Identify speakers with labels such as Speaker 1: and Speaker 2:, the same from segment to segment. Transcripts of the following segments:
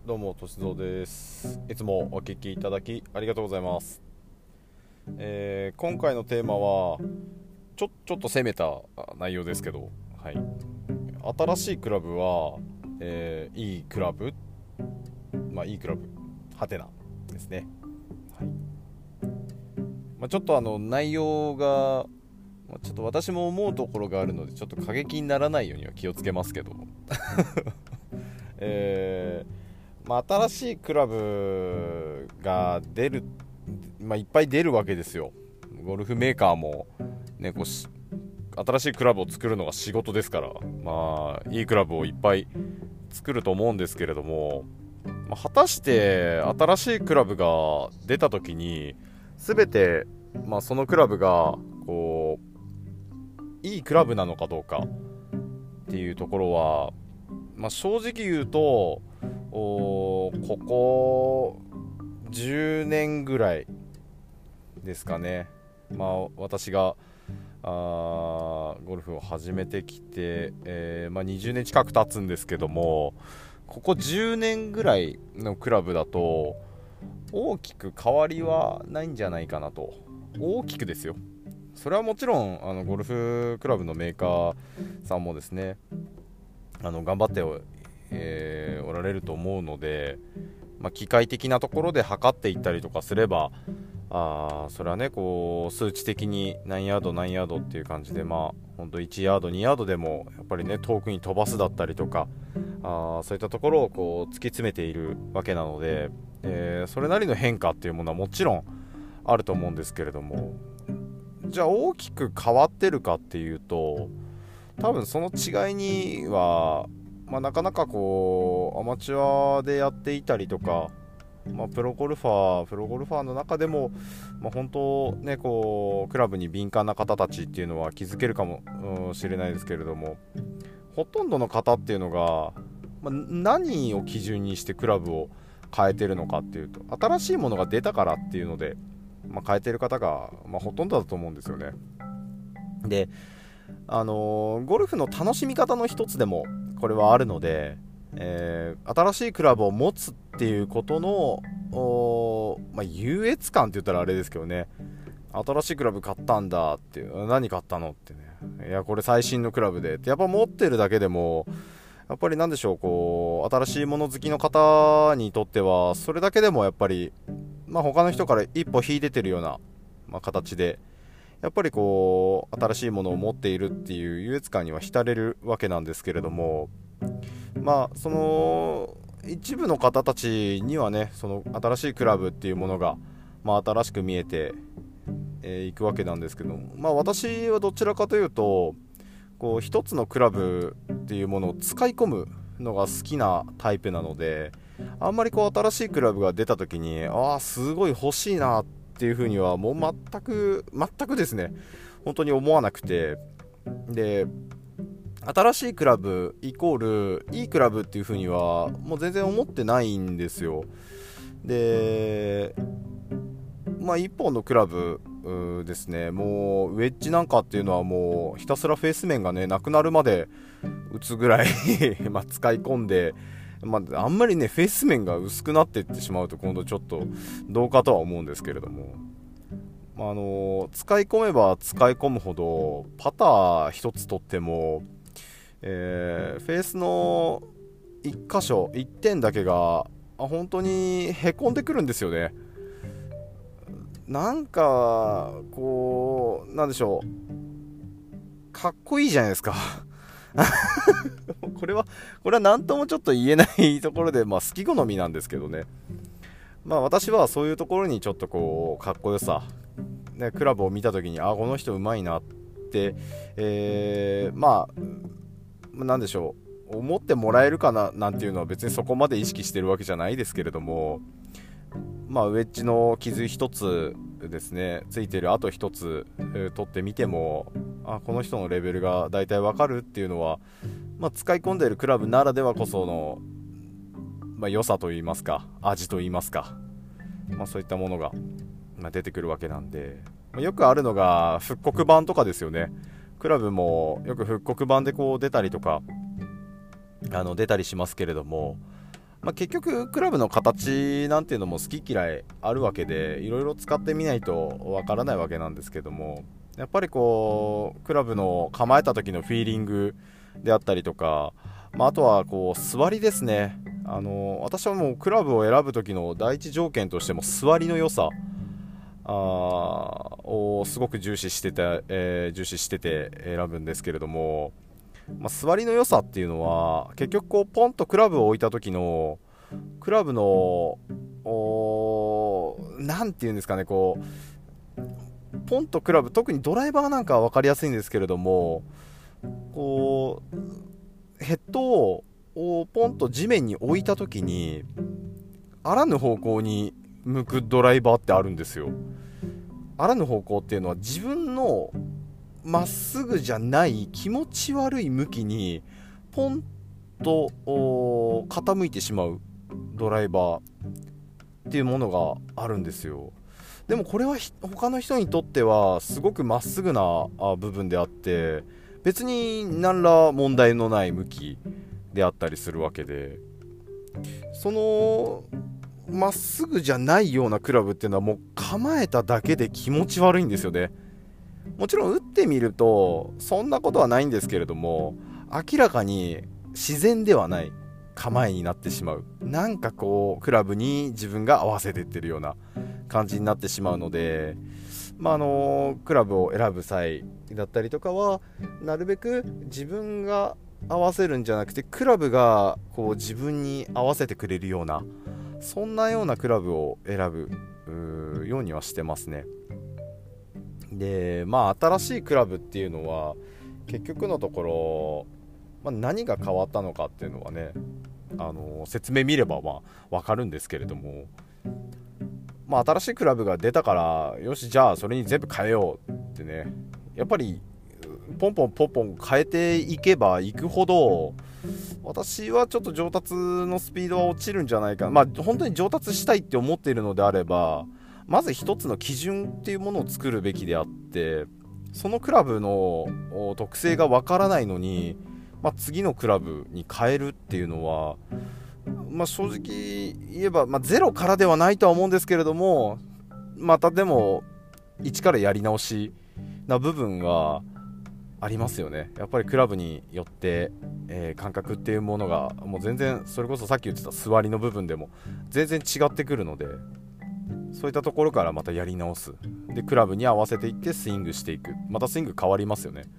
Speaker 1: どうも、としぞうです。いつもお聞きいただきありがとうございます。今回のテーマはちょっと攻めた内容ですけど、はい、新しいクラブは、いいクラブ、いいクラブはてなですね。はい。ちょっと内容が、ちょっと私も思うところがあるので、ちょっと過激にならないようには気をつけますけども、え新しいクラブが出る、いっぱい出るわけですよ。ゴルフメーカーも、ね、新しいクラブを作るのが仕事ですから、いいクラブをいっぱい作ると思うんですけれども、果たして新しいクラブが出た時に全て、そのクラブがいいクラブなのかどうかっていうところは、正直言うとここ10年ぐらいですかね。私がゴルフを始めてきて、20年近く経つんですけども、ここ10年ぐらいのクラブだと大きく変わりはないんじゃないかなと。大きくですよ。それはもちろんゴルフクラブのメーカーさんもですね、頑張っておられると思うので、機械的なところで測っていったりとかすれば、それはね、数値的に何ヤード何ヤードっていう感じで、本当1ヤード2ヤードでもやっぱりね、遠くに飛ばすだったりとか、そういったところを突き詰めているわけなので、それなりの変化っていうものはもちろんあると思うんですけれども、じゃあ大きく変わってるかっていうと、多分その違いには、なかなかアマチュアでやっていたりとか、プロゴルファーの中でも、本当ね、クラブに敏感な方たちっていうのは気づけるかもしれないですけれども、ほとんどの方っていうのが、何を基準にしてクラブを変えてるのかっていうと、新しいものが出たからっていうので、変えてる方が、ほとんどだと思うんですよね。で、ゴルフの楽しみ方の一つでもこれはあるので、新しいクラブを持つっていうことの優越感って言ったらあれですけどね、新しいクラブ買ったんだっていう、何買ったのってね、いやこれ最新のクラブでって、やっぱ持ってるだけでもやっぱりなんでしょう、新しいもの好きの方にとってはそれだけでもやっぱり、他の人から一歩引いててるような、形でやっぱり新しいものを持っているっていう優越感には浸れるわけなんですけれども、その一部の方たちにはね、その新しいクラブっていうものが、新しく見えていくわけなんですけど、私はどちらかというと、一つのクラブっていうものを使い込むのが好きなタイプなので、あんまり新しいクラブが出た時にすごい欲しいなっていう風にはもう全くですね、本当に思わなくて、で新しいクラブイコールいいクラブっていう風にはもう全然思ってないんですよ。で、一本のクラブですね、もうウェッジなんかっていうのはもうひたすらフェース面がねなくなるまで打つぐらい使い込んで、あんまりねフェース面が薄くなっていってしまうと今度ちょっとどうかとは思うんですけれども、使い込めば使い込むほどパター一つとっても、フェースの1箇所1点だけが本当にへこんでくるんですよね。なんかなんでしょう、かっこいいじゃないですかこれは何ともちょっと言えないところで、好き好みなんですけどね。私はそういうところにちょっとかっこよさ、ね、クラブを見た時にこの人うまいなって、なんでしょう、思ってもらえるかななんていうのは別にそこまで意識してるわけじゃないですけれども、ウェッジの傷一つですね、ついてるあと一つ、取ってみてもこの人のレベルがだいたいわかるっていうのは、使い込んでいるクラブならではこその、良さといいますか味といいますか、そういったものが、出てくるわけなんで、よくあるのが復刻版とかですよね。クラブもよく復刻版で出たりとか出たりしますけれども、 結局クラブの形なんていうのも好き嫌いあるわけで、いろいろ使ってみないとわからないわけなんですけども、やっぱりこうクラブの構えた時のフィーリングであったりとか、あとはこう座りですね。私はもうクラブを選ぶ時の第一条件としても座りの良さをすごく重視してて選ぶんですけれども、座りの良さっていうのは結局こうポンとクラブを置いた時のクラブのなんていうんですかね、こうポンとクラブ、特にドライバーなんかは分かりやすいんですけれども、こうヘッドをポンと地面に置いた時にあらぬ方向に向くドライバーってあるんですよ。あらぬ方向っていうのは自分のまっすぐじゃない気持ち悪い向きにポンと傾いてしまうドライバーっていうものがあるんですよ。でもこれは他の人にとってはすごくまっすぐな部分であって、別に何ら問題のない向きであったりするわけで、そのまっすぐじゃないようなクラブっていうのはもう構えただけで気持ち悪いんですよね。もちろん打ってみるとそんなことはないんですけれども、明らかに自然ではない構えになってしまう、なんかこうクラブに自分が合わせてってるような感じになってしまうので、クラブを選ぶ際だったりとかはなるべく自分が合わせるんじゃなくてクラブがこう自分に合わせてくれるような、そんなようなクラブを選ぶようにはしてますね。で、新しいクラブっていうのは結局のところ、何が変わったのかっていうのはね、説明見れば分かるんですけれども、新しいクラブが出たからよしじゃあそれに全部変えようってね、やっぱりポンポン変えていけばいくほど私はちょっと上達のスピードは落ちるんじゃないかな。本当に上達したいって思っているのであれば、まず一つの基準っていうものを作るべきであって、そのクラブの特性がわからないのに、次のクラブに変えるっていうのは、正直言えば、ゼロからではないとは思うんですけれども、またでも一からやり直しな部分はありますよね。やっぱりクラブによって、感覚っていうものがもう全然、それこそさっき言ってた座りの部分でも全然違ってくるので、そういったところからまたやり直す。でクラブに合わせていってスイングしていく。またスイング変わりますよね。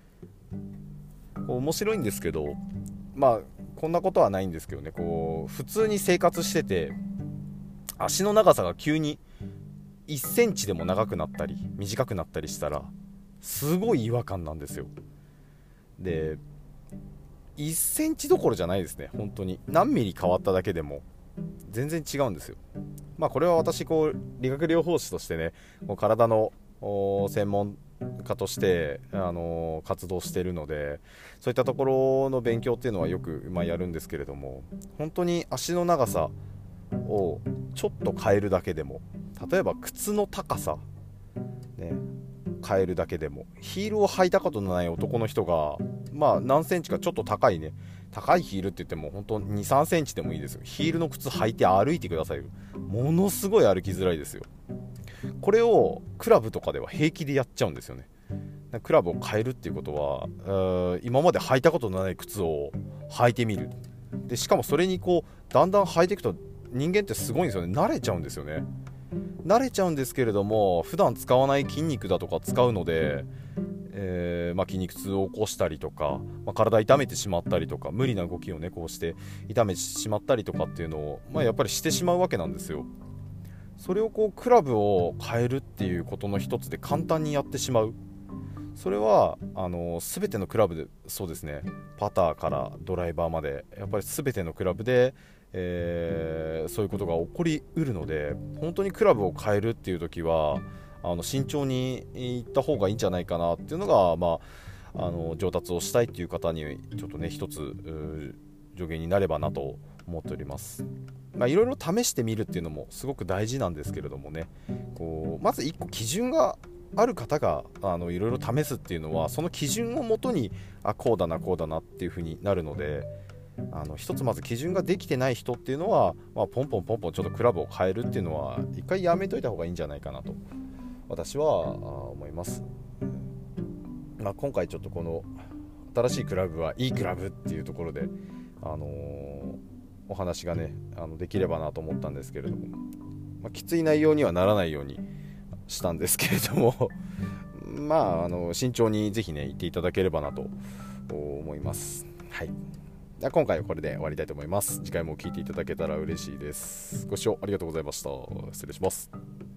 Speaker 1: 面白いんですけど、こんなことはないんですけどね、こう普通に生活してて足の長さが急に1センチでも長くなったり短くなったりしたらすごい違和感なんですよ。で1センチどころじゃないですね。本当に何ミリ変わっただけでも全然違うんですよ。これは私理学療法士としてね、体の専門家として活動しているので、そういったところの勉強っていうのはよくやるんですけれども、本当に足の長さをちょっと変えるだけでも、例えば靴の高さ、ね、変えるだけでも、ヒールを履いたことのない男の人が何センチかちょっと高いヒールって言っても本当2、3センチでもいいですよ。ヒールの靴履いて歩いてくださいよ。ものすごい歩きづらいですよ。これをクラブとかでは平気でやっちゃうんですよね。クラブを変えるっていうことは、今まで履いたことのない靴を履いてみる。でしかもそれにだんだん履いていくと人間ってすごいんですよね。慣れちゃうんですよね。慣れちゃうんですけれども、普段使わない筋肉だとか使うので、筋肉痛を起こしたりとか、体痛めてしまったりとか、無理な動きをねこうして痛めてしまったりとかっていうのを、やっぱりしてしまうわけなんですよ。それをクラブを変えるっていうことの一つで簡単にやってしまう。それは全てのクラブでそうですね。パターからドライバーまでやっぱり全てのクラブで、そういうことが起こりうるので、本当にクラブを変えるっていう時は慎重にいった方がいいんじゃないかなっていうのが、上達をしたいっていう方にちょっとね一つ助言になればなと思っております。いろいろ試してみるっていうのもすごく大事なんですけれどもね、まず1個基準がある方がいろいろ試すっていうのは、その基準をもとにこうだなっていう風になるので、 一つまず基準ができてない人っていうのは、ポンポンちょっとクラブを変えるっていうのは一回やめといた方がいいんじゃないかなと私は思います。今回ちょっとこの新しいクラブはいいクラブっていうところで、お話がねできればなと思ったんですけれども、きつい内容にはならないようにしたんですけれども慎重にぜひね言っていただければなと思います。はい、今回はこれで終わりたいと思います。次回も聞いていただけたら嬉しいです。ご視聴ありがとうございました。失礼します。